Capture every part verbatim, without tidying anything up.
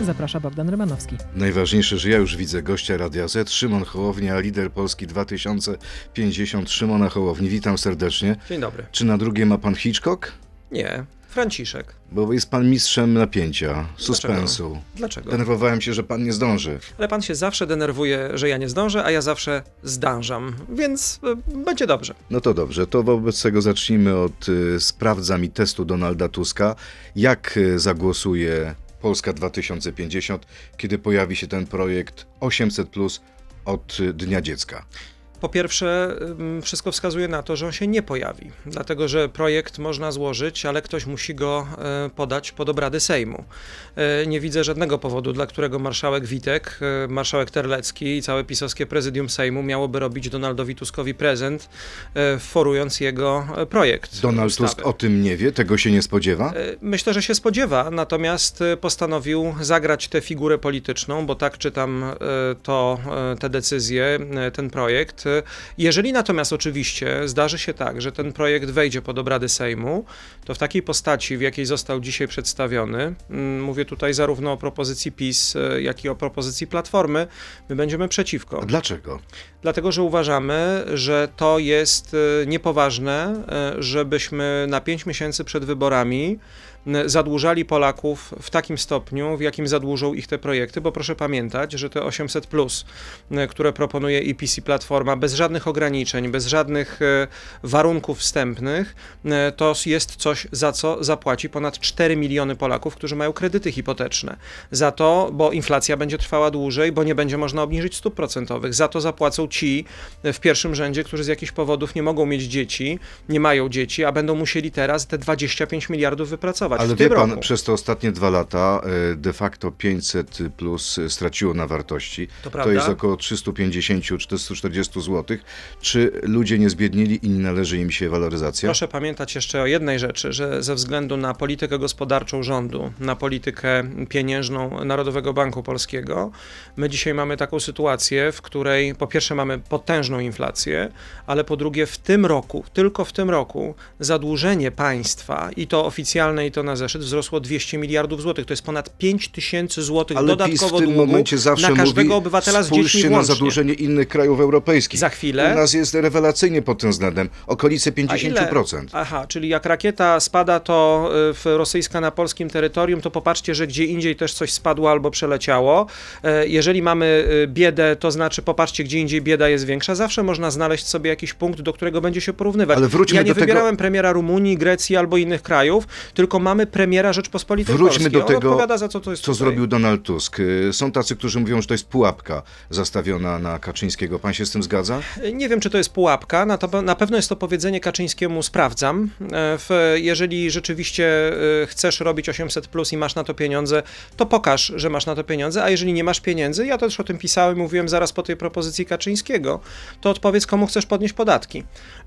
Zaprasza Bogdan Rymanowski. Najważniejsze, że ja już widzę gościa Radia Z, Szymon Hołownia, lider Polski dwa tysiące pięćdziesiąt. Szymona Hołowni, witam serdecznie. Dzień dobry. Czy na drugie ma pan Hitchcock? Nie, Franciszek. Bo jest pan mistrzem napięcia, suspensu. Dlaczego? Dlaczego? Denerwowałem się, że pan nie zdąży. Ale pan się zawsze denerwuje, że ja nie zdążę, a ja zawsze zdążam, więc y, będzie dobrze. No to dobrze, to wobec tego zacznijmy od y, sprawdzam i testu Donalda Tuska. Jak y, zagłosuje Polska dwa tysiące pięćdziesiąt, kiedy pojawi się ten projekt osiemset plus od y, Dnia Dziecka? Po pierwsze, wszystko wskazuje na to, że on się nie pojawi, dlatego że projekt można złożyć, ale ktoś musi go podać pod obrady Sejmu. Nie widzę żadnego powodu, dla którego marszałek Witek, marszałek Terlecki i całe pisowskie prezydium Sejmu miałoby robić Donaldowi Tuskowi prezent, forując jego projekt. Donald ustawy. Tusk o tym nie wie, tego się nie spodziewa? Myślę, że się spodziewa, natomiast postanowił zagrać tę figurę polityczną, bo tak czytam to, te decyzje, ten projekt. Jeżeli natomiast oczywiście zdarzy się tak, że ten projekt wejdzie pod obrady Sejmu, to w takiej postaci, w jakiej został dzisiaj przedstawiony, mówię tutaj zarówno o propozycji PiS, jak i o propozycji Platformy, my będziemy przeciwko. A dlaczego? Dlatego, że uważamy, że to jest niepoważne, żebyśmy na pięć miesięcy przed wyborami zadłużali Polaków w takim stopniu, w jakim zadłużą ich te projekty, bo proszę pamiętać, że te osiemset plus, które proponuje i PiS i Platforma, bez żadnych ograniczeń, bez żadnych warunków wstępnych, to jest coś, za co zapłaci ponad cztery miliony Polaków, którzy mają kredyty hipoteczne. Za to, bo inflacja będzie trwała dłużej, bo nie będzie można obniżyć stóp procentowych. Za to zapłacą ci w pierwszym rzędzie, którzy z jakichś powodów nie mogą mieć dzieci, nie mają dzieci, a będą musieli teraz te dwadzieścia pięć miliardów wypracować. Ale w tym wie pan, roku. przez te ostatnie dwa lata de facto pięćset plus straciło na wartości. To To prawda. jest około trzysta pięćdziesiąt do czterystu czterdziestu złotych. Czy ludzie nie zbiednili i nie należy im się waloryzacja? Proszę pamiętać jeszcze o jednej rzeczy, że ze względu na politykę gospodarczą rządu, na politykę pieniężną Narodowego Banku Polskiego, my dzisiaj mamy taką sytuację, w której po pierwsze mamy potężną inflację, ale po drugie w tym roku, tylko w tym roku zadłużenie państwa i to oficjalne i to na zeszyt wzrosło dwieście miliardów złotych. To jest ponad pięć tysięcy złotych Ale dodatkowo PiS w tym długu momencie zawsze na każdego mówi, obywatela z dziećmi spójrzcie na włącznie. zadłużenie innych krajów europejskich. Za chwilę. U nas jest rewelacyjnie pod tym względem, okolice pięćdziesiąt procent. Aha, czyli jak rakieta spada to w rosyjska na polskim terytorium, to popatrzcie, że gdzie indziej też coś spadło albo przeleciało. Jeżeli mamy biedę, to znaczy popatrzcie, gdzie indziej bieda jest większa. Zawsze można znaleźć sobie jakiś punkt, do którego będzie się porównywać. Ale wróćmy ja nie do tego- wybierałem premiera Rumunii, Grecji albo innych krajów, tylko mamy premiera Rzeczpospolitej Wróćmy Polskiej. do On tego, odpowiada za co to jest co tutaj. zrobił Donald Tusk. Są tacy, którzy mówią, że to jest pułapka zastawiona na Kaczyńskiego. Pan się z tym zgadza? Nie wiem, czy to jest pułapka, na, to, na pewno jest to powiedzenie Kaczyńskiemu sprawdzam. W, jeżeli rzeczywiście chcesz robić osiemset plus i masz na to pieniądze, to pokaż, że masz na to pieniądze, a jeżeli nie masz pieniędzy, ja też o tym pisałem, mówiłem zaraz po tej propozycji Kaczyńskiego, to odpowiedz, komu chcesz podnieść podatki.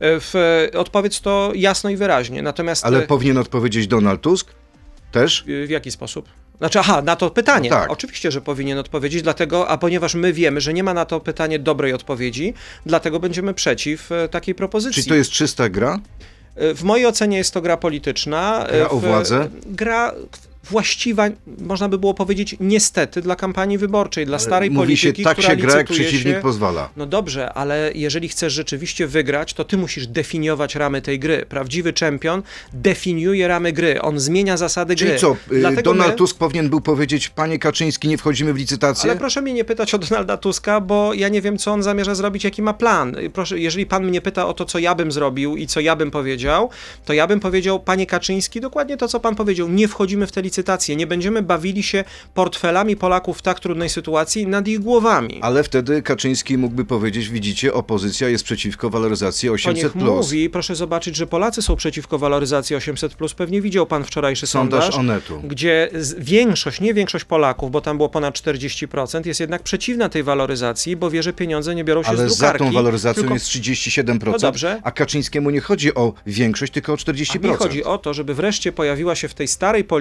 W, odpowiedz to jasno i wyraźnie. Natomiast Ale powinien odpowiedzieć Donald Tusk? Też? w jaki sposób? Znaczy, aha, na to pytanie. No tak. Oczywiście, że powinien odpowiedzieć, dlatego, a ponieważ my wiemy, że nie ma na to pytanie dobrej odpowiedzi, dlatego będziemy przeciw e, takiej propozycji. Czy to jest czysta gra? W mojej ocenie jest to gra polityczna. Gra o w, władzę? Gra właściwa, można by było powiedzieć, niestety dla kampanii wyborczej, dla starej Mówi polityki, się, tak która się gra, jak licytuje przeciwnik się... pozwala. No dobrze, ale jeżeli chcesz rzeczywiście wygrać, to ty musisz definiować ramy tej gry. Prawdziwy czempion definiuje ramy gry, on zmienia zasady Czyli gry. co, y, Dlatego Donald my... Tusk powinien był powiedzieć, panie Kaczyński, nie wchodzimy w licytację? Ale proszę mnie nie pytać o Donalda Tuska, bo ja nie wiem, co on zamierza zrobić, jaki ma plan. Proszę, jeżeli pan mnie pyta o to, co ja bym zrobił i co ja bym powiedział, to ja bym powiedział, panie Kaczyński, dokładnie to, co pan powiedział, nie wchodzimy w te licytacje, nie będziemy bawili się portfelami Polaków w tak trudnej sytuacji nad ich głowami. Ale wtedy Kaczyński mógłby powiedzieć, widzicie, opozycja jest przeciwko waloryzacji To osiemset niech plus. mówi, proszę zobaczyć, że Polacy są przeciwko waloryzacji osiemset plus. Pewnie widział pan wczorajszy sondaż, Sondaż Onetu. gdzie z- większość, nie większość Polaków, bo tam było ponad czterdzieści procent, jest jednak przeciwna tej waloryzacji, bo wie, że pieniądze nie biorą się Ale z za drukarki. tą waloryzacją tylko... jest trzydzieści siedem procent, No dobrze. a Kaczyńskiemu nie chodzi o większość, tylko o czterdzieści A mi procent. chodzi o to, żeby wreszcie pojawiła się w tej starej polityce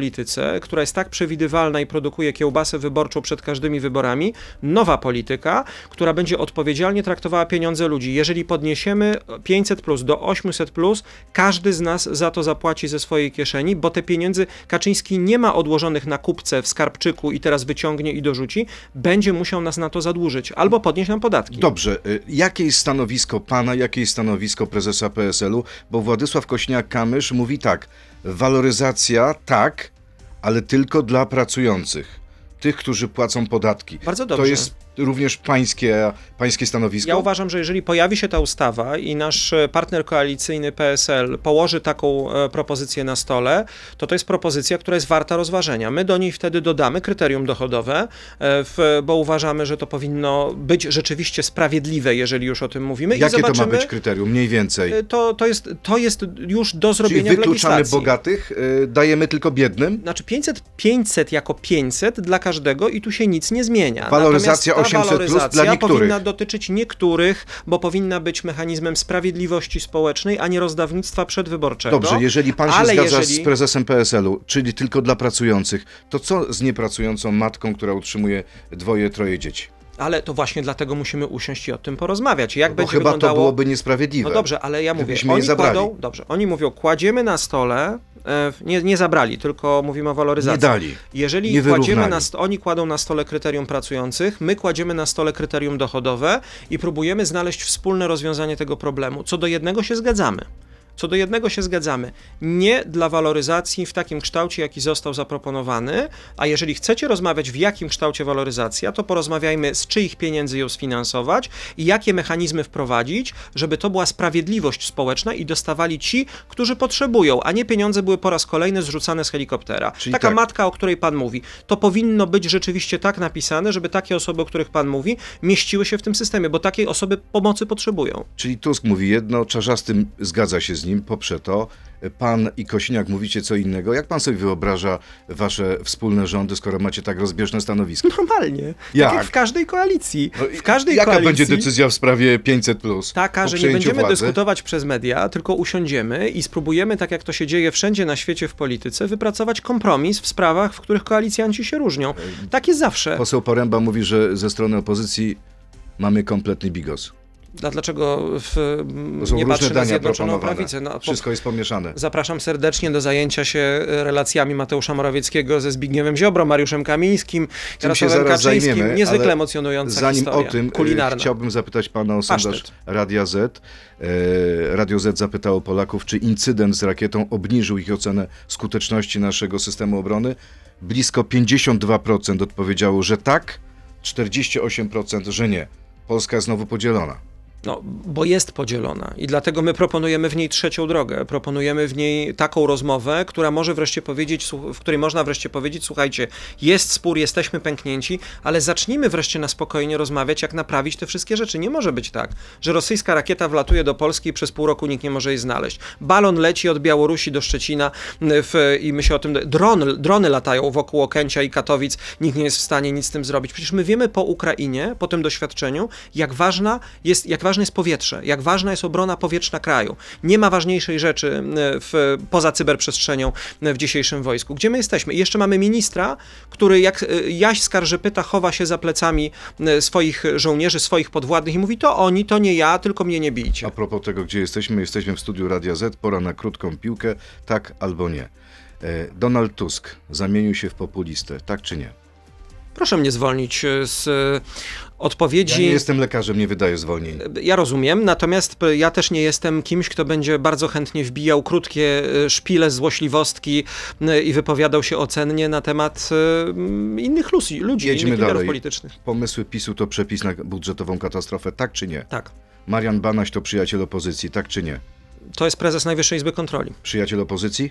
Polsce, która jest tak przewidywalna i produkuje kiełbasę wyborczą przed każdymi wyborami, nowa polityka, która będzie odpowiedzialnie traktowała pieniądze ludzi. Jeżeli podniesiemy pięćset plus do osiemset plus, każdy z nas za to zapłaci ze swojej kieszeni, bo te pieniądze Kaczyński nie ma odłożonych na kupce w skarbczyku i teraz wyciągnie i dorzuci, będzie musiał nas na to zadłużyć albo podnieść nam podatki. Dobrze, jakie jest stanowisko pana, jakie jest stanowisko prezesa P S L u? Bo Władysław Kośniak-Kamysz mówi tak, waloryzacja tak, ale tylko dla pracujących, tych, którzy płacą podatki. Bardzo dobrze. To jest również pańskie, pańskie stanowisko? Ja uważam, że jeżeli pojawi się ta ustawa i nasz partner koalicyjny P S L położy taką e, propozycję na stole, to to jest propozycja, która jest warta rozważenia. My do niej wtedy dodamy kryterium dochodowe, e, w, bo uważamy, że to powinno być rzeczywiście sprawiedliwe, jeżeli już o tym mówimy. Jakie I zobaczymy, to ma być kryterium? Mniej więcej. To, to, jest, to jest już do zrobienia. Czyli wykluczamy w legislacji. bogatych, y, dajemy tylko biednym? Znaczy pięćset, pięćset jako pięćset dla każdego i tu się nic nie zmienia. Waloryzacja Natomiast ta osiemset plus waloryzacja dla niektórych. powinna dotyczyć niektórych, bo powinna być mechanizmem sprawiedliwości społecznej, a nie rozdawnictwa przedwyborczego. Dobrze, jeżeli pan się Ale zgadza jeżeli... z prezesem P S L u, czyli tylko dla pracujących, to co z niepracującą matką, która utrzymuje dwoje, troje dzieci? Ale to właśnie dlatego musimy usiąść i o tym porozmawiać. Jak Bo będzie chyba wyglądało... to byłoby niesprawiedliwe. No dobrze, ale ja mówię, Gdybyśmy je oni zabrali. kładą, dobrze, oni mówią, kładziemy na stole, e, nie, nie zabrali, tylko mówimy o waloryzacji. Nie dali. Jeżeli nie kładziemy na st- sto, oni kładą na stole kryterium pracujących, my kładziemy na stole kryterium dochodowe i próbujemy znaleźć wspólne rozwiązanie tego problemu. Co do jednego się zgadzamy. Co do jednego się zgadzamy, nie dla waloryzacji w takim kształcie, jaki został zaproponowany, a jeżeli chcecie rozmawiać, w jakim kształcie waloryzacja, to porozmawiajmy, z czyich pieniędzy ją sfinansować i jakie mechanizmy wprowadzić, żeby to była sprawiedliwość społeczna i dostawali ci, którzy potrzebują, a nie pieniądze były po raz kolejny zrzucane z helikoptera. Czyli Taka tak. matka, o której pan mówi, to powinno być rzeczywiście tak napisane, żeby takie osoby, o których pan mówi, mieściły się w tym systemie, bo takiej osoby pomocy potrzebują. Czyli Tusk mówi jedno, Czarzasty zgadza się z nim, poprze to. Pan i Kosiniak mówicie co innego. Jak pan sobie wyobraża wasze wspólne rządy, skoro macie tak rozbieżne stanowiska? Normalnie. Jak? Tak jak w każdej koalicji. No, W każdej jaka koalicji będzie decyzja w sprawie pięćset plus? taka, że nie będziemy dyskutować przez media, tylko usiądziemy i spróbujemy, tak jak to się dzieje wszędzie na świecie w polityce, wypracować kompromis w sprawach, w których koalicjanci się różnią. Tak jest zawsze. Poseł Poręba mówi, że ze strony opozycji mamy kompletny bigos. A dlaczego w, To są nie różne patrzy na dania Zjednoczoną proponowane. Prawicę? No, po, Wszystko jest pomieszane. zapraszam serdecznie do zajęcia się relacjami Mateusza Morawieckiego ze Zbigniewem Ziobro, Mariuszem Kamińskim, Tym się Jarosławem zaraz Kaczyńskim. zajmiemy, Niezwykle ale emocjonująca Zanim historia o tym, kulinarna. e, chciałbym zapytać pana o sondaż Pasztet. Radia Z. E, Radio Z zapytało Polaków, czy incydent z rakietą obniżył ich ocenę skuteczności naszego systemu obrony. Blisko pięćdziesiąt dwa procent odpowiedziało, że tak, czterdzieści osiem procent, że nie. Polska jest znowu podzielona. No, bo jest podzielona i dlatego my proponujemy w niej trzecią drogę. Proponujemy w niej taką rozmowę, która może wreszcie powiedzieć, w której można wreszcie powiedzieć, słuchajcie, jest spór, jesteśmy pęknięci, ale zacznijmy wreszcie na spokojnie rozmawiać, jak naprawić te wszystkie rzeczy. Nie może być tak, że rosyjska rakieta wlatuje do Polski i przez pół roku nikt nie może jej znaleźć. Balon leci od Białorusi do Szczecina w, i my się o tym... Drony, drony latają wokół Okęcia i Katowic, nikt nie jest w stanie nic z tym zrobić. Przecież my wiemy po Ukrainie, po tym doświadczeniu, jak ważna jest, jak ważne jest powietrze, jak ważna jest obrona powietrzna kraju. Nie ma ważniejszej rzeczy w, poza cyberprzestrzenią w dzisiejszym wojsku. Gdzie my jesteśmy? I jeszcze mamy ministra, który jak jaś skarżypyta chowa się za plecami swoich żołnierzy, swoich podwładnych i mówi, to oni, to nie ja, tylko mnie nie bijcie. A propos tego, gdzie jesteśmy, jesteśmy w studiu Radia Z, pora na krótką piłkę, tak albo nie. E, Donald Tusk zamienił się w populistę, tak czy nie? Proszę mnie zwolnić z odpowiedzi. Ja nie jestem lekarzem, nie wydaję zwolnień. Ja rozumiem, natomiast ja też nie jestem kimś, kto będzie bardzo chętnie wbijał krótkie szpile złośliwostki i wypowiadał się ocennie na temat innych ludzi, ludzi Jedźmy innych liderów dalej. politycznych. Pomysły PiSu to przepis na budżetową katastrofę, tak czy nie? Tak. Marian Banaś to przyjaciel opozycji, tak czy nie? To jest prezes Najwyższej Izby Kontroli. Przyjaciel opozycji?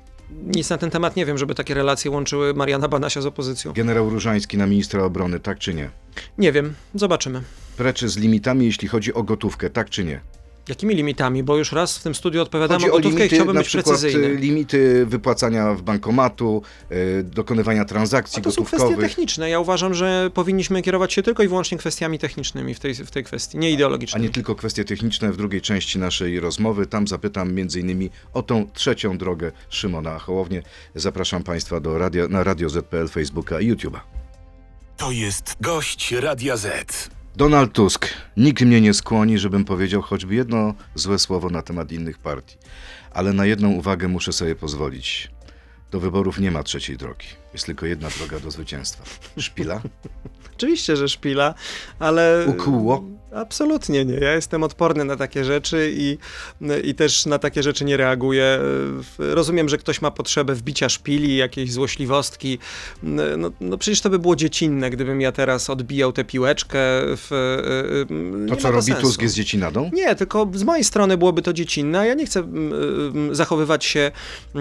Nic na ten temat nie wiem, żeby takie relacje łączyły Mariana Banasia z opozycją. Generał Różański na ministra obrony, tak czy nie? Nie wiem, zobaczymy. Precz z limitami, jeśli chodzi o gotówkę, tak czy nie? Jakimi limitami? Bo już raz w tym studiu odpowiadałem Chodzi o gotówkę limity, i chciałbym na być przykład precyzyjny. limity wypłacania w bankomatu, y, dokonywania transakcji A to są gotówkowych. kwestie techniczne. Ja uważam, że powinniśmy kierować się tylko i wyłącznie kwestiami technicznymi w tej, w tej kwestii, nie A ideologicznymi. nie tylko kwestie techniczne. W drugiej części naszej rozmowy tam zapytam między innymi o tą trzecią drogę Szymona Hołownię. Zapraszam Państwa do radio, na Radio Z kropka P L, Facebooka i YouTube'a. To jest gość Radia Z. Donald Tusk. Nikt mnie nie skłoni, żebym powiedział choćby jedno złe słowo na temat innych partii. Ale na jedną uwagę muszę sobie pozwolić. Do wyborów nie ma trzeciej drogi. Jest tylko jedna droga do zwycięstwa. Szpila? Oczywiście, że szpila, ale... Ukłuło? Absolutnie nie. Ja jestem odporny na takie rzeczy i, i też na takie rzeczy nie reaguję. Rozumiem, że ktoś ma potrzebę wbicia szpili, jakiejś złośliwostki. No, no przecież to by było dziecinne, gdybym ja teraz odbijał tę piłeczkę. W, to co robi sensu. Tusk jest dziecinadą? Nie, tylko z mojej strony byłoby to dziecinne, a ja nie chcę zachowywać się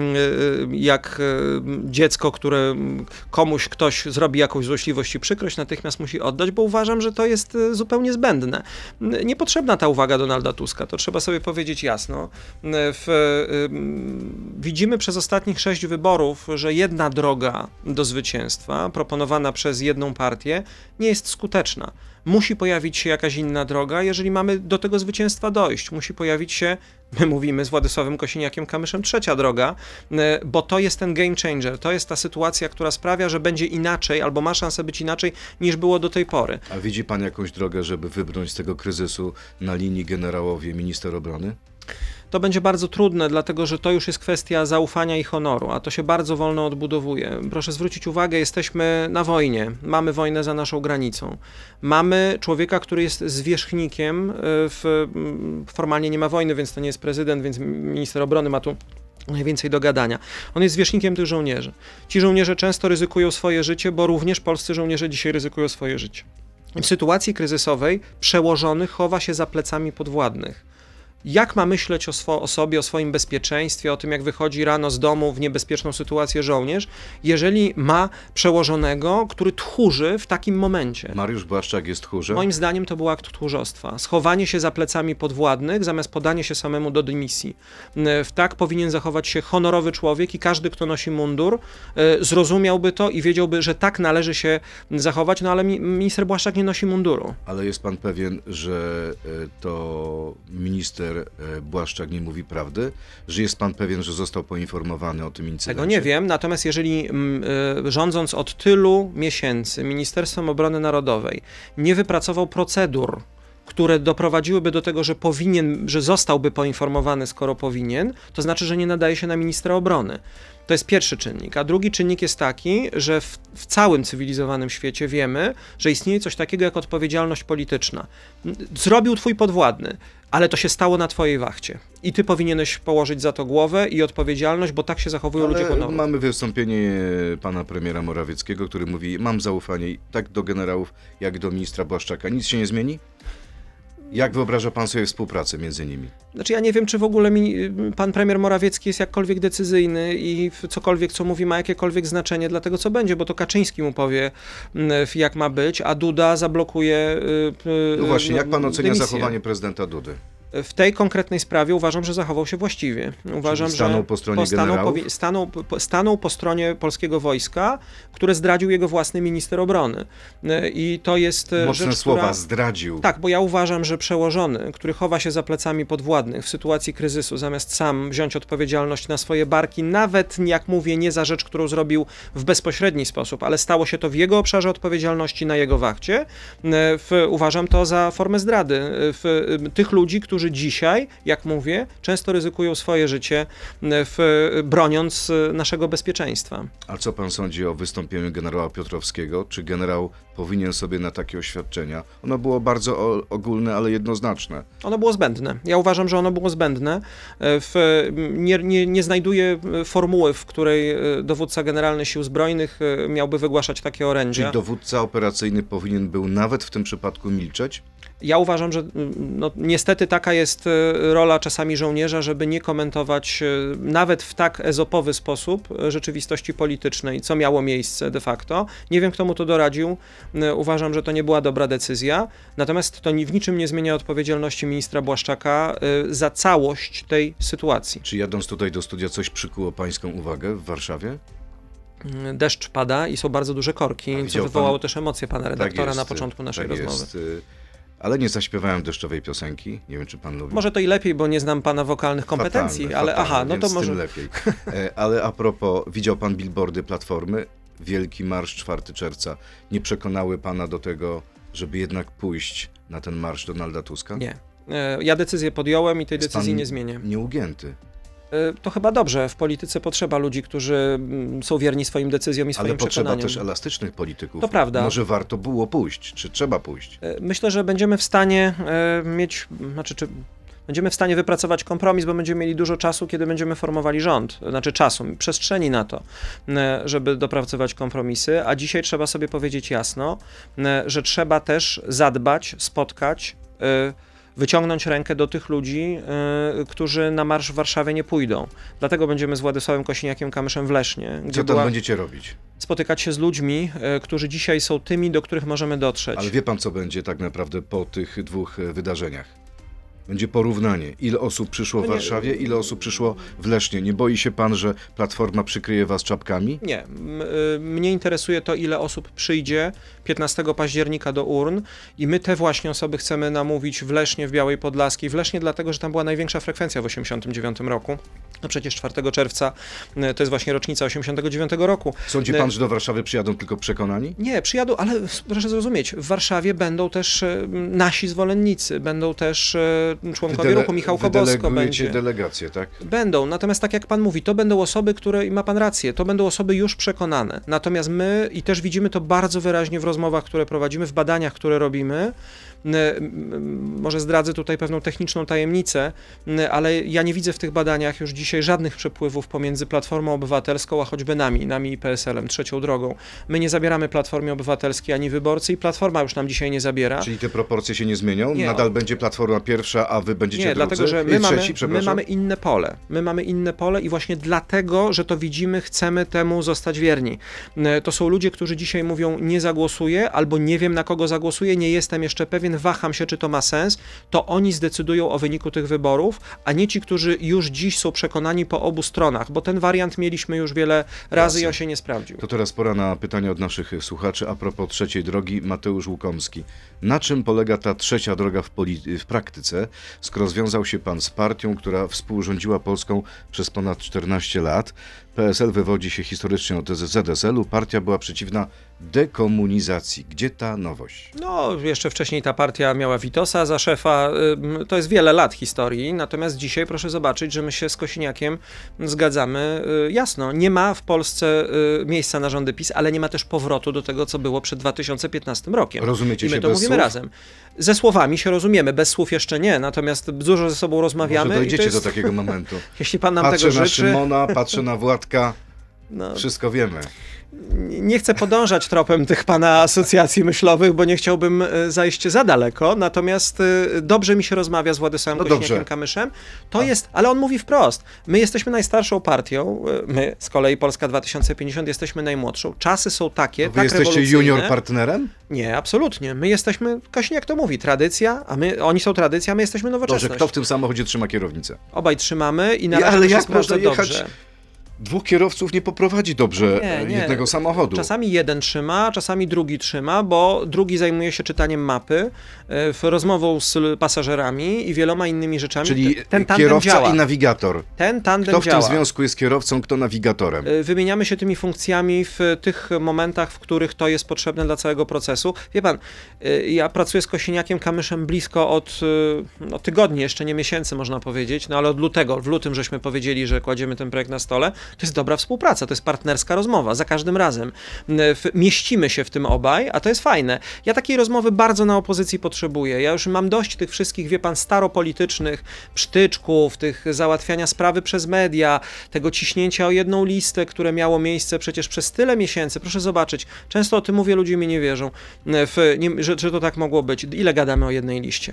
jak dziecko, które komuś ktoś zrobi jakąś złośliwość i przykrość, natychmiast musi oddać, bo uważam, że to jest zupełnie zbędne. Niepotrzebna ta uwaga Donalda Tuska, to trzeba sobie powiedzieć jasno. W, y, widzimy przez ostatnich sześć wyborów, że jedna droga do zwycięstwa, proponowana przez jedną partię, nie jest skuteczna. Musi pojawić się jakaś inna droga, jeżeli mamy do tego zwycięstwa dojść. Musi pojawić się, my mówimy z Władysławem Kosiniakiem-Kamyszem, trzecia droga, bo to jest ten game changer, to jest ta sytuacja, która sprawia, że będzie inaczej, albo ma szansę być inaczej, niż było do tej pory. A widzi pan jakąś drogę, żeby wybrnąć z tego kryzysu na linii generałowie, minister obrony? To będzie bardzo trudne, dlatego że to już jest kwestia zaufania i honoru, a to się bardzo wolno odbudowuje. Proszę zwrócić uwagę, jesteśmy na wojnie, mamy wojnę za naszą granicą. Mamy człowieka, który jest zwierzchnikiem, w, formalnie nie ma wojny, więc to nie jest prezydent, więc minister obrony ma tu najwięcej do gadania. On jest zwierzchnikiem tych żołnierzy. Ci żołnierze często ryzykują swoje życie, bo również polscy żołnierze dzisiaj ryzykują swoje życie. W sytuacji kryzysowej przełożony chowa się za plecami podwładnych. Jak ma myśleć o, swo- o sobie, o swoim bezpieczeństwie, o tym, jak wychodzi rano z domu w niebezpieczną sytuację żołnierz, jeżeli ma przełożonego, który tchórzy w takim momencie? Mariusz Błaszczak jest tchórzem? Moim zdaniem to był akt tchórzostwa. Schowanie się za plecami podwładnych, zamiast podanie się samemu do dymisji. W tak powinien zachować się honorowy człowiek i każdy, kto nosi mundur, zrozumiałby to i wiedziałby, że tak należy się zachować, no ale mi- minister Błaszczak nie nosi munduru. Ale jest pan pewien, że to minister Błaszczak nie mówi prawdy? Że jest pan pewien, że został poinformowany o tym incydencie? Tego nie wiem, natomiast jeżeli m, y, rządząc od tylu miesięcy Ministerstwem Obrony Narodowej nie wypracował procedur, które doprowadziłyby do tego, że powinien, że zostałby poinformowany, skoro powinien, to znaczy, że nie nadaje się na ministra obrony. To jest pierwszy czynnik. A drugi czynnik jest taki, że w, w całym cywilizowanym świecie wiemy, że istnieje coś takiego jak odpowiedzialność polityczna. Zrobił twój podwładny, ale to się stało na twojej wachcie. I ty powinieneś położyć za to głowę i odpowiedzialność, bo tak się zachowują ale ludzie honorowi. Mamy wystąpienie pana premiera Morawieckiego, który mówi, mam zaufanie tak do generałów, jak do ministra Błaszczaka. Nic się nie zmieni? Jak wyobraża pan sobie współpracę między nimi? Znaczy ja nie wiem, czy w ogóle mi, pan premier Morawiecki jest jakkolwiek decyzyjny i cokolwiek, co mówi, ma jakiekolwiek znaczenie dla tego, co będzie, bo to Kaczyński mu powie, jak ma być, a Duda zablokuje No właśnie, jak pan ocenia dymisję. zachowanie prezydenta Dudy? W tej konkretnej sprawie uważam, że zachował się właściwie. Uważam, Czyli stanął że po stronie stanął, generałów? powi- stanął, po, stanął po stronie polskiego wojska, które zdradził jego własny minister obrony. I to jest Mocne rzecz, słowa, która... zdradził. Tak, bo ja uważam, że przełożony, który chowa się za plecami podwładnych w sytuacji kryzysu, zamiast sam wziąć odpowiedzialność na swoje barki, nawet, jak mówię, nie za rzecz, którą zrobił w bezpośredni sposób, ale stało się to w jego obszarze odpowiedzialności, na jego wachcie, w, uważam to za formę zdrady w, tych ludzi, którzy dzisiaj, jak mówię, często ryzykują swoje życie, w, broniąc naszego bezpieczeństwa. A co pan sądzi o wystąpieniu generała Piotrowskiego? Czy generał powinien sobie na takie oświadczenia? Ono było bardzo o, ogólne, ale jednoznaczne. Ono było zbędne. Ja uważam, że ono było zbędne. W, nie, nie, nie znajduję formuły, w której dowódca generalny Sił Zbrojnych miałby wygłaszać takie orędzia. Czyli dowódca operacyjny powinien był nawet w tym przypadku milczeć? Ja uważam, że no, niestety taka taka jest y, rola czasami żołnierza, żeby nie komentować y, nawet w tak ezopowy sposób y, rzeczywistości politycznej, co miało miejsce de facto. Nie wiem, kto mu to doradził. Y, uważam, że to nie była dobra decyzja. Natomiast to ni- w niczym nie zmienia odpowiedzialności ministra Błaszczaka y, za całość tej sytuacji. Czy jadąc tutaj do studia coś przykuło pańską uwagę w Warszawie? Deszcz pada i są bardzo duże korki, co widział wywołało pan- też emocje pana redaktora Tak jest, na początku naszej tak rozmowy. Jest, y, ale nie zaśpiewałem deszczowej piosenki. Nie wiem, czy pan lubi. Może to i lepiej, bo nie znam pana wokalnych kompetencji, Fatalne, ale fatalne, aha, no to więc może... tym lepiej. E, ale a propos, widział pan billboardy Platformy? Wielki Marsz czwartego czerwca. Nie przekonały pana do tego, żeby jednak pójść na ten marsz Donalda Tuska? Nie. E, Ja decyzję podjąłem i tej Jest decyzji pan nie zmienię. Nieugięty. E, To chyba dobrze. W polityce potrzeba ludzi, którzy mm, są wierni swoim decyzjom i swoim Ale potrzeba przekonaniom. też elastycznych polityków. To prawda. Może warto było pójść, czy trzeba pójść? E, Myślę, że będziemy w stanie e, mieć, znaczy, czy będziemy w stanie wypracować kompromis, bo będziemy mieli dużo czasu, kiedy będziemy formowali rząd, znaczy czasu, przestrzeni na to, e, żeby dopracować kompromisy, a dzisiaj trzeba sobie powiedzieć jasno, e, że trzeba też zadbać, spotkać, e, wyciągnąć rękę do tych ludzi, y, którzy na marsz w Warszawie nie pójdą. Dlatego będziemy z Władysławem Kosiniakiem-Kamyszem w Lesznie, Co gdzie tam była, będziecie robić? spotykać się z ludźmi, y, którzy dzisiaj są tymi, do których możemy dotrzeć. Ale wie pan, co będzie tak naprawdę po tych dwóch e, wydarzeniach? Będzie porównanie. Ile osób przyszło w No nie- Warszawie, ile osób przyszło w Lesznie. Nie boi się pan, że Platforma przykryje was czapkami? Nie. M- y, Mnie interesuje to, ile osób przyjdzie piętnastego października do urn i my te właśnie osoby chcemy namówić w Lesznie, w Białej Podlaskiej. W Lesznie dlatego, że tam była największa frekwencja w osiemdziesiątym dziewiątym roku. No przecież czwartego czerwca y, to jest właśnie rocznica osiemdziesiątego dziewiątego roku. Sądzi Ne- pan, że do Warszawy przyjadą tylko przekonani? Nie, przyjadą, ale proszę zrozumieć, w Warszawie będą też e, nasi zwolennicy, będą też e, członkowie ruchu, Michał Kobosko wydelegujecie będzie. delegację, tak? Będą, natomiast tak jak pan mówi, to będą osoby, które, i ma pan rację, to będą osoby już przekonane. Natomiast my, i też widzimy to bardzo wyraźnie w rozmowach, które prowadzimy, w badaniach, które robimy, n- m- może zdradzę tutaj pewną techniczną tajemnicę, n- ale ja nie widzę w tych badaniach już dzisiaj żadnych przepływów pomiędzy Platformą Obywatelską, a choćby nami, nami i P S L-em, trzecią drogą. My nie zabieramy Platformie Obywatelskiej ani wyborcy i Platforma już nam dzisiaj nie zabiera. Czyli te proporcje się nie zmienią? Nie. Nadal będzie Platforma pierwsza, a wy będziecie Nie, drudzy? dlatego, że I my mamy, trzeci, my przepraszam? mamy inne pole. My mamy inne pole i właśnie dlatego, że to widzimy, chcemy temu zostać wierni. E, To są ludzie, którzy dzisiaj mówią, nie zagłosuję, albo nie wiem, na kogo zagłosuję, nie jestem jeszcze pewien, waham się, czy to ma sens. To oni zdecydują o wyniku tych wyborów, a nie ci, którzy już dziś są przekonani po obu stronach, bo ten wariant mieliśmy już wiele razy i on się nie sprawdził. To teraz pora na pytania od naszych słuchaczy a propos trzeciej drogi. Mateusz Łukomski. Na czym polega ta trzecia droga w, poli- w praktyce, skoro związał się pan z partią, która współrządziła Polską przez ponad czternaście lat? P S L wywodzi się historycznie od Z S L-u. Partia była przeciwna dekomunizacji. Gdzie ta nowość? No, jeszcze wcześniej ta partia miała Witosa za szefa, ym, to jest wiele lat historii, natomiast dzisiaj proszę zobaczyć, że my się z Kosiniakiem zgadzamy y, jasno. Nie ma w Polsce y, miejsca na rządy PiS, ale nie ma też powrotu do tego, co było przed dwa tysiące piętnastym rokiem. Rozumiecie I my się to bez mówimy słów? razem. Ze słowami się rozumiemy, bez słów jeszcze nie, natomiast dużo ze sobą rozmawiamy. Może i to dojdziecie jest, do takiego momentu. jeśli pan nam Patrzę tego na życzy, Szymona, patrzę na Władka. no, Wszystko wiemy. nie chcę podążać tropem tych pana asocjacji myślowych, bo nie chciałbym e, zajść za daleko, natomiast e, dobrze mi się rozmawia z Władysławem No dobrze. Kosiniakiem-Kamyszem. To jest, ale on mówi wprost, my jesteśmy najstarszą partią, e, my z kolei Polska dwa tysiące pięćdziesiąt jesteśmy najmłodszą. Czasy są takie, To wy tak jesteście rewolucyjne. junior partnerem? Nie, absolutnie. My jesteśmy, Kosiniak to mówi, tradycja, a my, oni są tradycja, a my jesteśmy Dobrze, nowoczesność. kto w tym samochodzie trzyma kierownicę? Obaj trzymamy i na Ja, razie ale to się jak sprawdza można jechać? dobrze. Dwóch kierowców nie poprowadzi dobrze Nie, e, nie. jednego samochodu. Czasami jeden trzyma, czasami drugi trzyma, bo drugi zajmuje się czytaniem mapy, e, w rozmową z pasażerami i wieloma innymi rzeczami. Czyli Ten tandem kierowca działa. i nawigator. Ten tandem Kto w działa. tym związku jest kierowcą, kto nawigatorem? E, Wymieniamy się tymi funkcjami w tych momentach, w których to jest potrzebne dla całego procesu. Wie pan, e, ja pracuję z Kosiniakiem Kamyszem blisko od e, no, tygodni, jeszcze nie miesięcy można powiedzieć, no ale od lutego, w lutym żeśmy powiedzieli, że kładziemy ten projekt na stole. To jest dobra współpraca. To jest partnerska rozmowa, za każdym razem. W, mieścimy się w tym obaj, a to jest fajne. Ja takiej rozmowy bardzo na opozycji potrzebuję. Ja już mam dość tych wszystkich, wie pan, staropolitycznych psztyczków, tych załatwiania sprawy przez media, tego ciśnięcia o jedną listę, które miało miejsce przecież przez tyle miesięcy. Proszę zobaczyć, często o tym mówię, ludzie mi nie wierzą, w, nie, że, że to tak mogło być. Ile gadamy o jednej liście?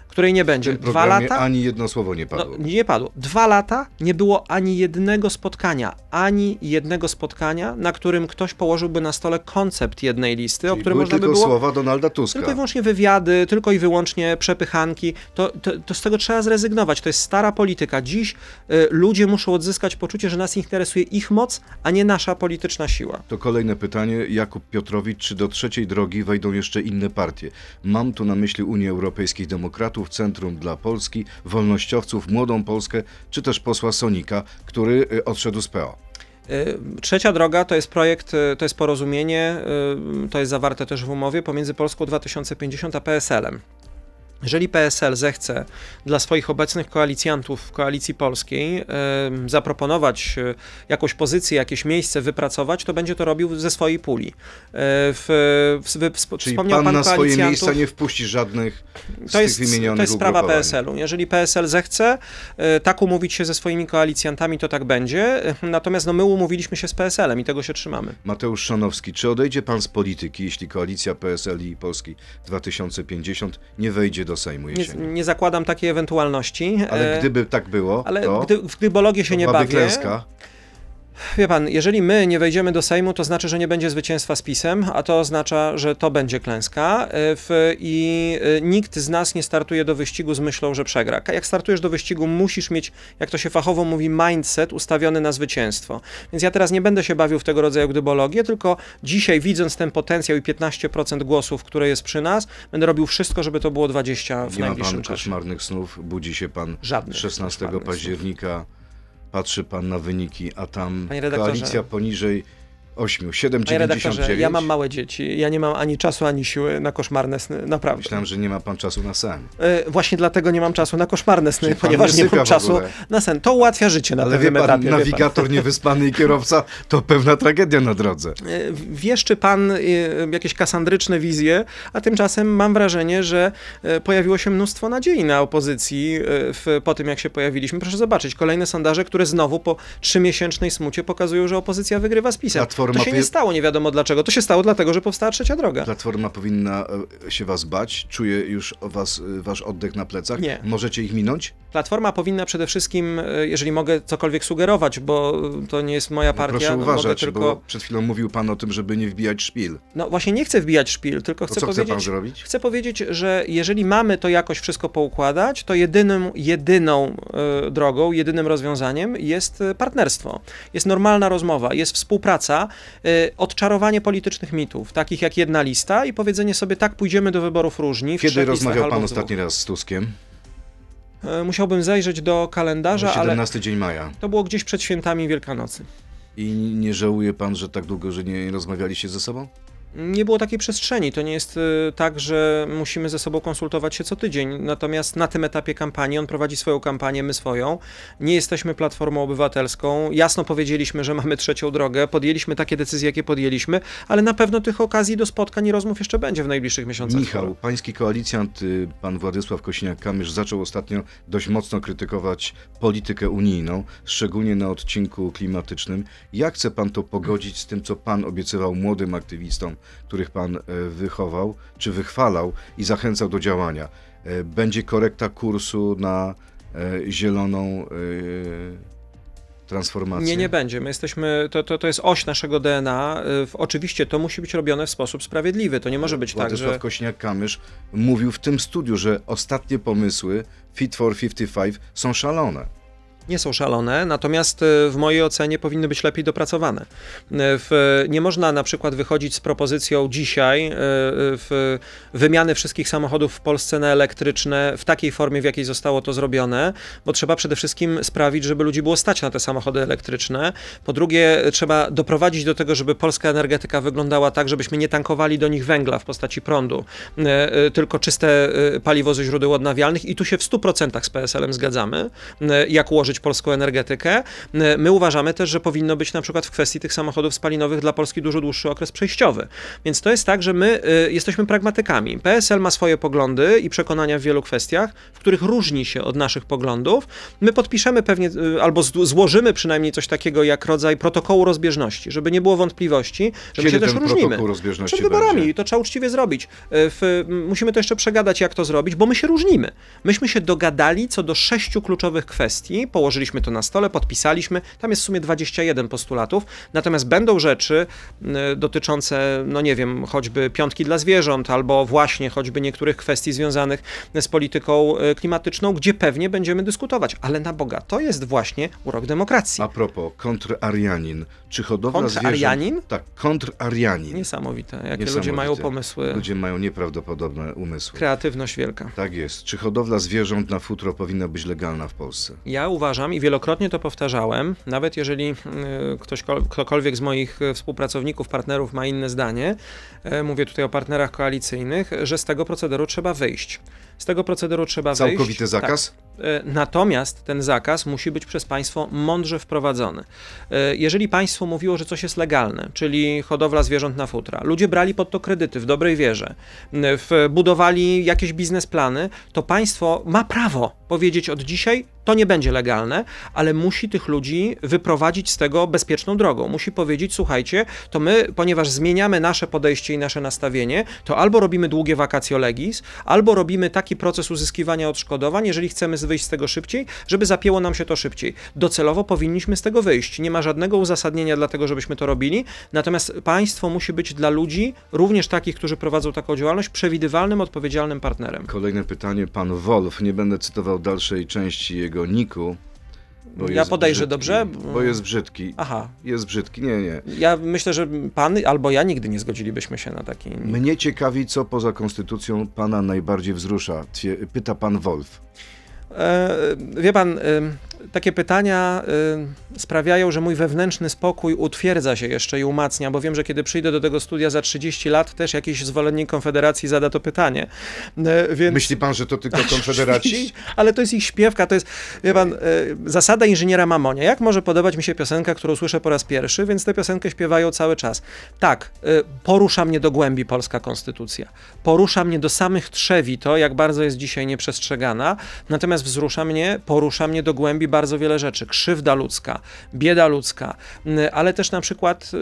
której nie będzie. W tym Dwa programie lata. ani jedno słowo nie padło. No, nie padło. Dwa lata nie było ani jednego spotkania, ani jednego spotkania, na którym ktoś położyłby na stole koncept jednej listy, Czyli o którym były można by tylko było... słowa Donalda Tuska. Tylko i wyłącznie wywiady, tylko i wyłącznie przepychanki. To, to, to z tego trzeba zrezygnować. To jest stara polityka. Dziś y, ludzie muszą odzyskać poczucie, że nas interesuje ich moc, a nie nasza polityczna siła. To kolejne pytanie. Jakub Piotrowicz, czy do trzeciej drogi wejdą jeszcze inne partie? Mam tu na myśli Unię Europejskich Demokratów, Centrum dla Polski, Wolnościowców, Młodą Polskę, czy też posła Sonika, który y, odszedł z P O. Trzecia droga to jest projekt, to jest porozumienie, to jest zawarte też w umowie pomiędzy Polską dwa tysiące pięćdziesiąt a P S L-em. Jeżeli P S L zechce dla swoich obecnych koalicjantów w Koalicji Polskiej y, zaproponować y, jakąś pozycję, jakieś miejsce wypracować, to będzie to robił ze swojej puli. Y, w, w, w, Czyli wspomniał pan pan na swoje koalicjantów, miejsca nie wpuści żadnych z to tych jest, wymienionych to jest sprawa ugrupowań. P S L-u. Jeżeli P S L zechce y, tak umówić się ze swoimi koalicjantami, to tak będzie. Y, natomiast no, my umówiliśmy się z P S L-em i tego się trzymamy. Mateusz Szanowski, czy odejdzie pan z polityki, jeśli koalicja P S L i Polski dwa tysiące pięćdziesiąt nie wejdzie do Sejmu Nie, jesienią? nie zakładam takiej ewentualności. Ale e, gdyby tak było, Ale to, gdy, w gdybologię się to nie byłaby bawię. klęska. Wie pan, jeżeli my nie wejdziemy do Sejmu, to znaczy, że nie będzie zwycięstwa z PiS-em, a to oznacza, że to będzie klęska e, w, i e, nikt z nas nie startuje do wyścigu z myślą, że przegra. Jak startujesz do wyścigu, musisz mieć, jak to się fachowo mówi, mindset ustawiony na zwycięstwo. Więc ja teraz nie będę się bawił w tego rodzaju gdybologię, tylko dzisiaj, widząc ten potencjał i piętnaście procent głosów, które jest przy nas, będę robił wszystko, żeby to było dwadzieścia procent w Nie ma najbliższym pan czasie. koszmarnych snów, budzi się pan Żadnych szesnastego koszmarnych października, patrzy pan na wyniki, a tam Panie redaktorze. koalicja poniżej ośmiu, siedem Panie dziewięćdziesiąt redaktorze, dziewięć. ja mam małe dzieci, ja nie mam ani czasu, ani siły na koszmarne sny, naprawdę. Myślałem, że nie ma pan czasu na sen. E, Właśnie dlatego nie mam czasu na koszmarne sny, Czyli pan ponieważ nie nie sypia mam w czasu ogóle. na sen. To ułatwia życie na Ale wie pewnym pan, etapie. wie pan. nawigator niewyspany i kierowca to pewna tragedia na drodze. E, Wieszczy pan e, jakieś kasandryczne wizje, a tymczasem mam wrażenie, że e, pojawiło się mnóstwo nadziei na opozycji e, w, po tym, jak się pojawiliśmy. Proszę zobaczyć, kolejne sondaże, które znowu po trzymiesięcznej smucie pokazują, że opozycja wygrywa z PiS-em. Platforma To się nie powie- stało, nie wiadomo dlaczego. To się stało dlatego, że powstała trzecia droga. Platforma powinna e, się was bać? Czuje już o was, e, wasz oddech na plecach? Nie. Możecie ich minąć? Platforma powinna przede wszystkim, e, jeżeli mogę cokolwiek sugerować, bo to nie jest moja partia, Proszę no uważać, mogę tylko... bo przed chwilą mówił pan o tym, żeby nie wbijać szpil. No właśnie nie chcę wbijać szpil, tylko To chcę co chce powiedzieć... pan zrobić? Chcę powiedzieć, że jeżeli mamy to jakoś wszystko poukładać, to jedynym, jedyną e, drogą, jedynym rozwiązaniem jest e, partnerstwo. Jest normalna rozmowa, jest współpraca, e, odczarowanie politycznych mitów, takich jak jedna lista i powiedzenie sobie, tak, pójdziemy do wyborów różni. W Kiedy trzech listach rozmawiał albo pan w dwóch. ostatni raz z Tuskiem? E, Musiałbym zajrzeć do kalendarza, ale siedemnasty dzień maja. to było gdzieś przed świętami Wielkanocy. I nie żałuje pan, że tak długo, że nie rozmawialiście ze sobą? Nie było takiej przestrzeni. To nie jest y, tak, że musimy ze sobą konsultować się co tydzień. Natomiast na tym etapie kampanii, on prowadzi swoją kampanię, my swoją. Nie jesteśmy Platformą Obywatelską. Jasno powiedzieliśmy, że mamy trzecią drogę. Podjęliśmy takie decyzje, jakie podjęliśmy, ale na pewno tych okazji do spotkań i rozmów jeszcze będzie w najbliższych miesiącach. Michał, pański koalicjant, y, pan Władysław Kosiniak-Kamysz, zaczął ostatnio dość mocno krytykować politykę unijną, szczególnie na odcinku klimatycznym. Jak chce pan to pogodzić z tym, co pan obiecywał młodym aktywistom, których pan e, wychował, czy wychwalał i zachęcał do działania? E, Będzie korekta kursu na e, zieloną e, transformację? Nie, nie będzie. My jesteśmy, to, to, to jest oś naszego D N A. Y, w- Oczywiście to musi być robione w sposób sprawiedliwy. To nie może być tak, Władysław że... Kosiniak-Kamysz mówił w tym studiu, że ostatnie pomysły Fit for pięćdziesiąt pięć są szalone. Nie są szalone, natomiast y, w mojej ocenie powinny być lepiej dopracowane. Y, W, nie można na przykład wychodzić z propozycją dzisiaj y, w wymiany wszystkich samochodów w Polsce na elektryczne w takiej formie, w jakiej zostało to zrobione, bo trzeba przede wszystkim sprawić, żeby ludzi było stać na te samochody elektryczne. Po drugie, trzeba doprowadzić do tego, żeby polska energetyka wyglądała tak, żebyśmy nie tankowali do nich węgla w postaci prądu, y, y, tylko czyste y, paliwo ze źródeł odnawialnych i tu się w stu procentach z P S L-em zgadzamy, y, jak ułożyć rozwinąć polską energetykę. My uważamy też, że powinno być na przykład w kwestii tych samochodów spalinowych dla Polski dużo dłuższy okres przejściowy. Więc to jest tak, że my y, jesteśmy pragmatykami. P S L ma swoje poglądy i przekonania w wielu kwestiach, w których różni się od naszych poglądów. My podpiszemy pewnie, y, albo z, złożymy przynajmniej coś takiego jak rodzaj protokołu rozbieżności, żeby nie było wątpliwości, że my się też różnimy. Przed wyborami. Będzie? I to trzeba uczciwie zrobić. W, musimy to jeszcze przegadać, jak to zrobić, bo my się różnimy. Myśmy się dogadali co do sześciu kluczowych kwestii, położyliśmy to na stole, podpisaliśmy, tam jest w sumie dwadzieścia jeden postulatów, natomiast będą rzeczy y, dotyczące, no nie wiem, choćby piątki dla zwierząt, albo właśnie choćby niektórych kwestii związanych z polityką y, klimatyczną, gdzie pewnie będziemy dyskutować, ale na Boga, to jest właśnie urok demokracji. A propos, kontrarianin. Czy hodowla Kontrarianin? zwierząt... Tak, kontrarianin. Niesamowite, jakie Niesamowite. ludzie mają pomysły. Ludzie mają nieprawdopodobne umysły. Kreatywność wielka. Tak jest. Czy hodowla zwierząt na futro powinna być legalna w Polsce? Ja uważam i wielokrotnie to powtarzałem, nawet jeżeli y, ktoś, ktokolwiek z moich współpracowników, partnerów ma inne zdanie, y, mówię tutaj o partnerach koalicyjnych, że z tego procederu trzeba wyjść. Z tego procederu trzeba Całkowity wyjść. Całkowity zakaz? Tak. Natomiast ten zakaz musi być przez państwo mądrze wprowadzony. Jeżeli państwo mówiło, że coś jest legalne, czyli hodowla zwierząt na futra, ludzie brali pod to kredyty w dobrej wierze, budowali jakieś biznesplany, to państwo ma prawo powiedzieć od dzisiaj, to nie będzie legalne, ale musi tych ludzi wyprowadzić z tego bezpieczną drogą. Musi powiedzieć, słuchajcie, to my, ponieważ zmieniamy nasze podejście i nasze nastawienie, to albo robimy długie vacatio legis, albo robimy taki proces uzyskiwania odszkodowań, jeżeli chcemy wyjść z tego szybciej, żeby zapięło nam się to szybciej. Docelowo powinniśmy z tego wyjść. Nie ma żadnego uzasadnienia dla tego, żebyśmy to robili, natomiast państwo musi być dla ludzi, również takich, którzy prowadzą taką działalność, przewidywalnym, odpowiedzialnym partnerem. Kolejne pytanie, pan Wolf. Nie będę cytował dalszej części jego niku. Bo ja podejrzę brzydki, dobrze? Bo jest brzydki. Aha. Jest brzydki, nie, nie. Ja myślę, że pan albo ja nigdy nie zgodzilibyśmy się na taki... Mnie ciekawi, co poza konstytucją pana najbardziej wzrusza. Pyta pan Wolf. E, wie pan, e, takie pytania e, sprawiają, że mój wewnętrzny spokój utwierdza się jeszcze i umacnia, bo wiem, że kiedy przyjdę do tego studia za trzydzieści lat, też jakiś zwolennik Konfederacji zada to pytanie. E, więc... Myśli pan, że to tylko Konfederaci? Ale to jest ich śpiewka, to jest, wie pan, e, zasada inżyniera Mamonia. Jak może podobać mi się piosenka, którą słyszę po raz pierwszy, więc tę piosenkę śpiewają cały czas. Tak, e, porusza mnie do głębi polska konstytucja. Porusza mnie do samych trzewi to, jak bardzo jest dzisiaj nieprzestrzegana, natomiast wzrusza mnie, porusza mnie do głębi bardzo wiele rzeczy. Krzywda ludzka, bieda ludzka, ale też na przykład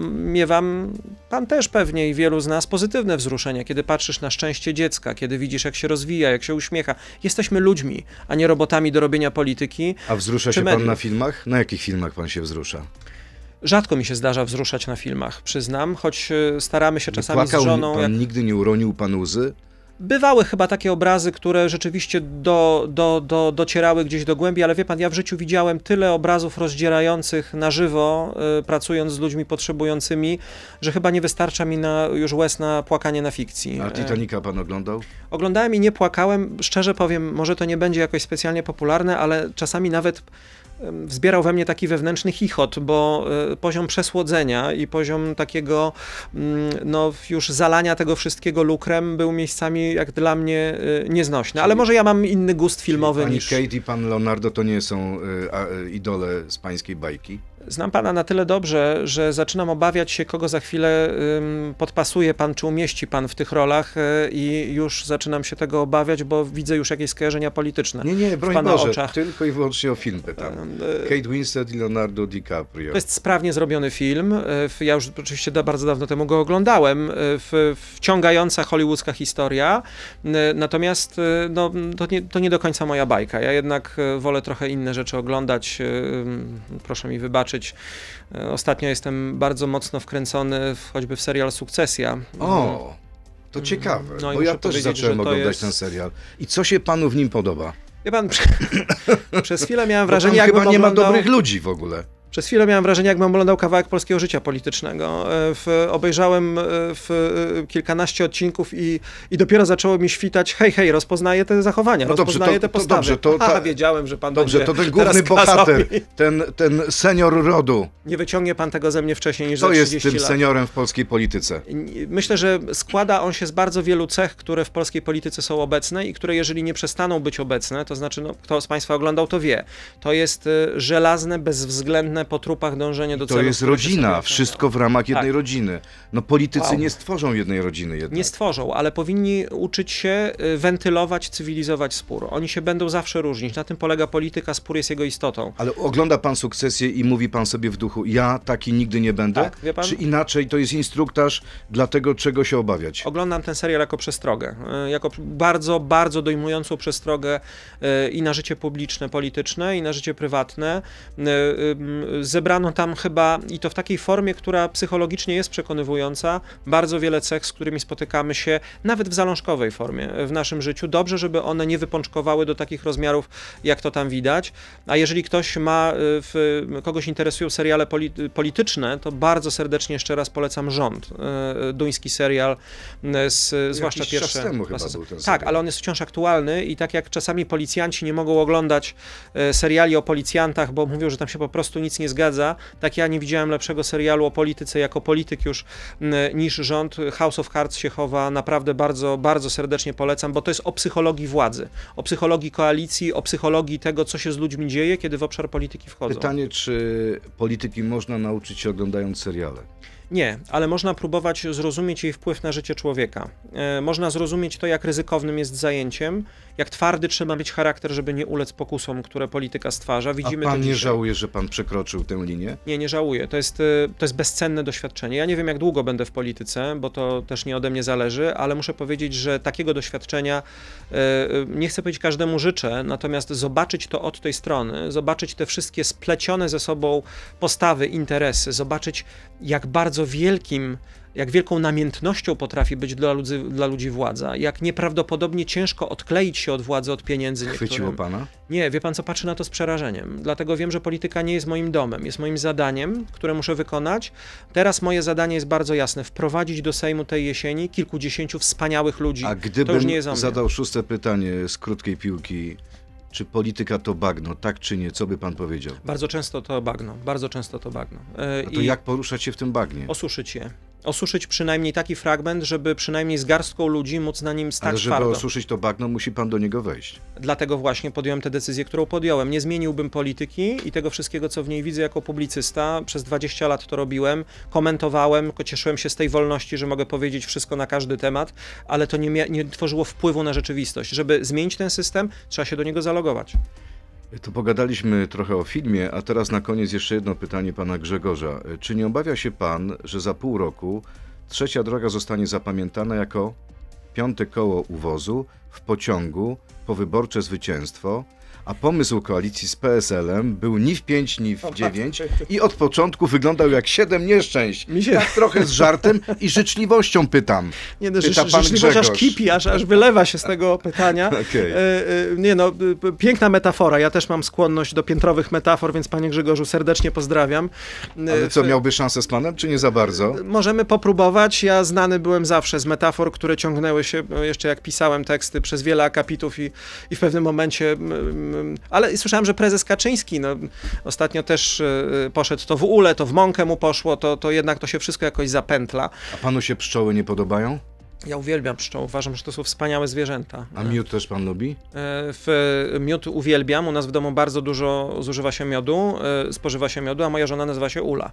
miewam, pan też pewnie i wielu z nas, pozytywne wzruszenia, kiedy patrzysz na szczęście dziecka, kiedy widzisz, jak się rozwija, jak się uśmiecha. Jesteśmy ludźmi, a nie robotami do robienia polityki. A wzrusza się mediów. Pan na filmach? Na jakich filmach pan się wzrusza? Rzadko mi się zdarza wzruszać na filmach, przyznam, choć staramy się czasami Płakał z żoną... pan jak... nigdy nie uronił pan łzy? Bywały chyba takie obrazy, które rzeczywiście do, do, do, docierały gdzieś do głębi, ale wie pan, ja w życiu widziałem tyle obrazów rozdzierających na żywo, y, pracując z ludźmi potrzebującymi, że chyba nie wystarcza mi na, już łez na płakanie na fikcji. A Titanica pan oglądał? Oglądałem i nie płakałem. Szczerze powiem, może to nie będzie jakoś specjalnie popularne, ale czasami nawet wzbierał we mnie taki wewnętrzny chichot, bo y, poziom przesłodzenia i poziom takiego y, no już zalania tego wszystkiego lukrem był miejscami jak dla mnie y, nieznośny. Czyli, ale może ja mam inny gust filmowy pani niż... Kate i pan Leonardo to nie są y, a, y, idole z pańskiej bajki? Znam pana na tyle dobrze, że zaczynam obawiać się, kogo za chwilę ym, podpasuje pan, czy umieści pan w tych rolach y, i już zaczynam się tego obawiać, bo widzę już jakieś skojarzenia polityczne. Nie, nie, broń pana Boże, oczach. tylko i wyłącznie o film pytam. Kate Winslet i Leonardo DiCaprio. To jest sprawnie zrobiony film. Ja już oczywiście bardzo dawno temu go oglądałem. Wciągająca hollywoodzka historia. Natomiast no, to, nie, to nie do końca moja bajka. Ja jednak wolę trochę inne rzeczy oglądać. Proszę mi wybaczyć. Ostatnio jestem bardzo mocno wkręcony w, choćby w serial Sukcesja. O, to ciekawe, no bo ja też zacząłem oglądać jest... ten serial. I co się panu w nim podoba? Wie pan, przez chwilę miałem Bo wrażenie, tam jakbym chyba nie oglądał... ma dobrych ludzi w ogóle. Przez chwilę miałem wrażenie, jakbym oglądał kawałek polskiego życia politycznego. W, obejrzałem w kilkanaście odcinków i, i dopiero zaczęło mi świtać, hej, hej, rozpoznaję te zachowania, no dobrze, rozpoznaję to, te postawy. To dobrze, to, ta... Aha, wiedziałem, że pan Dobrze, będzie to ten główny bohater, ten, ten senior rodu. Nie wyciągnie pan tego ze mnie wcześniej niż Co za trzydzieści jest tym lat. seniorem w polskiej polityce? Myślę, że składa on się z bardzo wielu cech, które w polskiej polityce są obecne i które jeżeli nie przestaną być obecne, to znaczy, no, kto z państwa oglądał, to wie. To jest żelazne, bezwzględne po trupach dążenie do to celu. To jest rodzina, wszystko w ramach jednej tak. rodziny. No politycy wow. nie stworzą jednej rodziny jednak. Nie stworzą, ale powinni uczyć się wentylować, cywilizować spór. Oni się będą zawsze różnić. Na tym polega polityka, spór jest jego istotą. Ale ogląda pan Sukcesję i mówi pan sobie w duchu, ja taki nigdy nie będę? Tak, wie pan? Czy inaczej to jest instruktaż dla tego, czego się obawiać? Oglądam ten serial jako przestrogę. Jako bardzo, bardzo dojmującą przestrogę i na życie publiczne, polityczne, i na życie prywatne. Zebrano tam chyba, i to w takiej formie, która psychologicznie jest przekonywująca, bardzo wiele cech, z którymi spotykamy się, nawet w zalążkowej formie w naszym życiu. Dobrze, żeby one nie wypączkowały do takich rozmiarów, jak to tam widać. A jeżeli ktoś ma, w, kogoś interesują seriale polityczne, to bardzo serdecznie jeszcze raz polecam Rząd. Duński serial, z, zwłaszcza Jakiś pierwsze. czas temu chyba był ten serial. Tak, ale on jest wciąż aktualny i tak jak czasami policjanci nie mogą oglądać seriali o policjantach, bo mówią, że tam się po prostu nic nie zgadza, tak ja nie widziałem lepszego serialu o polityce jako polityk już niż Rząd. House of Cards się chowa, naprawdę bardzo, bardzo serdecznie polecam, bo to jest o psychologii władzy, o psychologii koalicji, o psychologii tego, co się z ludźmi dzieje, kiedy w obszar polityki wchodzą. Pytanie, czy polityki można nauczyć się oglądając seriale? Nie, ale można próbować zrozumieć jej wpływ na życie człowieka. E, można zrozumieć to, jak ryzykownym jest zajęciem, jak twardy trzeba mieć charakter, żeby nie ulec pokusom, które polityka stwarza. Widzimy A pan to nie dzisiaj. żałuje, że pan przekroczył tę linię? Nie, nie żałuję. To jest, to jest bezcenne doświadczenie. Ja nie wiem, jak długo będę w polityce, bo to też nie ode mnie zależy, ale muszę powiedzieć, że takiego doświadczenia, nie chcę powiedzieć każdemu życzę, natomiast zobaczyć to od tej strony, zobaczyć te wszystkie splecione ze sobą postawy, interesy, zobaczyć, jak bardzo wielkim jak wielką namiętnością potrafi być dla ludzi, dla ludzi władza, jak nieprawdopodobnie ciężko odkleić się od władzy, od pieniędzy niektórym. Chwyciło pana? Nie, wie pan co, patrzy na to z przerażeniem. Dlatego wiem, że polityka nie jest moim domem, jest moim zadaniem, które muszę wykonać. Teraz moje zadanie jest bardzo jasne, wprowadzić do Sejmu tej jesieni kilkudziesięciu wspaniałych ludzi. A to już nie gdybym jest o mnie. zadał szóste pytanie z krótkiej piłki, czy polityka to bagno, tak czy nie, co by pan powiedział? Bardzo często to bagno, bardzo często to bagno. Yy, A to i jak poruszać się w tym bagnie? Osuszyć je. Osuszyć przynajmniej taki fragment, żeby przynajmniej z garstką ludzi móc na nim stać Ale żeby twardo. osuszyć to bagno, musi pan do niego wejść. Dlatego właśnie podjąłem tę decyzję, którą podjąłem. Nie zmieniłbym polityki i tego wszystkiego, co w niej widzę jako publicysta. Przez dwadzieścia lat to robiłem, komentowałem, cieszyłem się z tej wolności, że mogę powiedzieć wszystko na każdy temat, ale to nie, mia- nie tworzyło wpływu na rzeczywistość. Żeby zmienić ten system, trzeba się do niego zalogować. To pogadaliśmy trochę o filmie, a teraz na koniec jeszcze jedno pytanie pana Grzegorza. Czy nie obawia się pan, że za pół roku Trzecia Droga zostanie zapamiętana jako piąte koło u wozu w pociągu po wyborcze zwycięstwo, a pomysł koalicji z P S L-em był ni w pięć, ni w dziewięć i od początku wyglądał jak siedem nieszczęść. Mi się- Tak trochę z żartem i życzliwością pytam. Nie, no, Pyta życz, pan życzliwość aż Grzegorz. kipi, aż, aż wylewa się z tego pytania. Okej. E, e, nie no, p- piękna metafora. Ja też mam skłonność do piętrowych metafor, więc panie Grzegorzu serdecznie pozdrawiam. E, Ale co, w- miałby szansę z panem, czy nie za bardzo? Możemy popróbować. Ja znany byłem zawsze z metafor, które ciągnęły się, no, jeszcze jak pisałem teksty, przez wiele akapitów i, i w pewnym momencie, mm, mm, ale słyszałem, że prezes Kaczyński, no, ostatnio też y, poszedł to w ule, to w mąkę mu poszło, to, to jednak to się wszystko jakoś zapętla. A panu się pszczoły nie podobają? Ja uwielbiam pszczół, uważam, że to są wspaniałe zwierzęta. A miód też pan lubi? E, W miód uwielbiam, u nas w domu bardzo dużo zużywa się miodu, e, spożywa się miodu, a moja żona nazywa się Ula.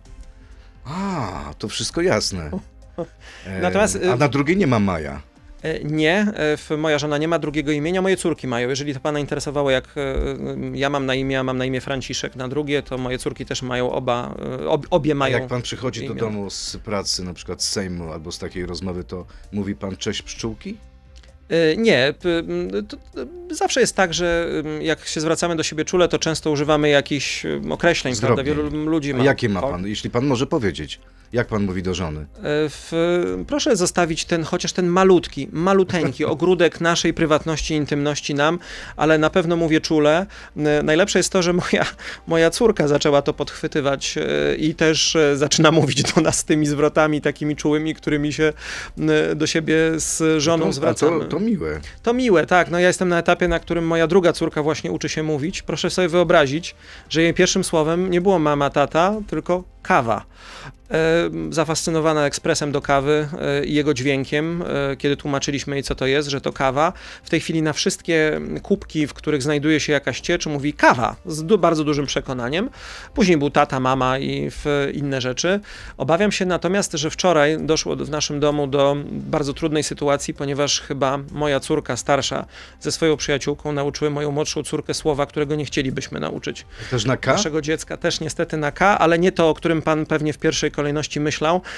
A, to wszystko jasne. E, Natomiast, y- a na drugiej nie ma Maja. E, Nie, e, w- moja żona nie ma drugiego imienia, moje córki mają. Jeżeli to pana interesowało, jak e, ja mam na imię, ja mam na imię Franciszek na drugie, to moje córki też mają oba, e, ob, obie A mają. jak pan przychodzi do imiona. domu z pracy, na przykład z Sejmu albo z takiej rozmowy, to mówi pan cześć pszczółki? E, Nie, p- m, to, to zawsze jest tak, że ym, jak się zwracamy do siebie czule, to często używamy jakichś ym, określeń, prawda? Zdrobnień. Wielu ludzi A ma. jakie ma O, pan, jeśli pan może powiedzieć, jak pan mówi do żony? W, proszę zostawić ten, chociaż ten malutki, maluteńki ogródek naszej prywatności, intymności nam, ale na pewno mówię czule. E, Najlepsze jest to, że moja, moja córka zaczęła to podchwytywać e, i też e, zaczyna mówić do nas tymi zwrotami takimi czułymi, którymi się e, do siebie z żoną to, zwracamy. To, to miłe. To miłe, tak. No ja jestem na etapie, na którym moja druga córka właśnie uczy się mówić. Proszę sobie wyobrazić, że jej pierwszym słowem nie było mama, tata, tylko kawa. E, zafascynowana ekspresem do kawy e, i jego dźwiękiem, e, kiedy tłumaczyliśmy jej, co to jest, że to kawa. W tej chwili na wszystkie kubki, w których znajduje się jakaś ciecz, mówi kawa, z du- bardzo dużym przekonaniem. Później był tata, mama i w inne rzeczy. Obawiam się natomiast, że wczoraj doszło w naszym domu do bardzo trudnej sytuacji, ponieważ chyba moja córka starsza ze swoją przyjaciółką nauczyły moją młodszą córkę słowa, którego nie chcielibyśmy nauczyć Też na K? naszego dziecka, też niestety na K, ale nie to, o którym pan pewnie w pierwszej kolejności myślał. Em,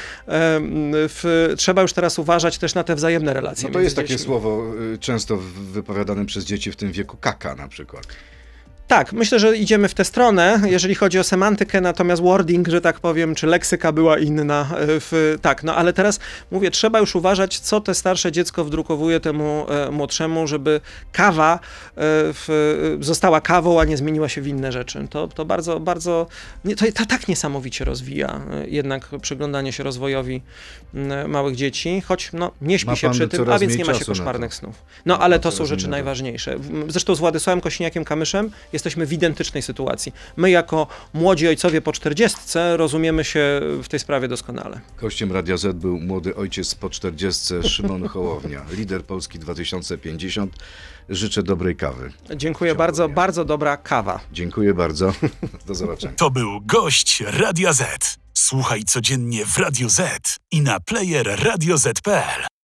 W, trzeba już teraz uważać też na te wzajemne relacje. No to między jest takie dziećmi. słowo y, często w- wypowiadane przez dzieci w tym wieku, kaka na przykład. Tak, myślę, że idziemy w tę stronę, jeżeli chodzi o semantykę, natomiast wording, że tak powiem, czy leksyka była inna. e, W, tak, no ale teraz mówię, trzeba już uważać, co te starsze dziecko wdrukowuje temu e, młodszemu, żeby kawa e, w, została kawą, a nie zmieniła się w inne rzeczy. To, to bardzo, bardzo, nie, to, to tak niesamowicie rozwija e, jednak przyglądanie się rozwojowi m, małych dzieci, choć no, nie śpi Ma się pan przy tym, coraz a więc mniej nie ma się czasu na to. koszmarnych snów. No Ma ale pan to są coraz rzeczy innego. najważniejsze. W- Zresztą z Władysławem Kośniakiem-Kamyszem jesteśmy w identycznej sytuacji. My jako młodzi ojcowie po czterdziestce rozumiemy się w tej sprawie doskonale. Gościem Radia Z był młody ojciec po czterdziestce Szymon Hołownia, lider Polski dwa tysiące pięćdziesiąt. Życzę dobrej kawy. Dziękuję Chciałbym bardzo, ja. bardzo dobra kawa. Dziękuję bardzo. Do zobaczenia. To był gość Radia Z. Słuchaj codziennie w Radio Z i na player radio zet kropka pe el.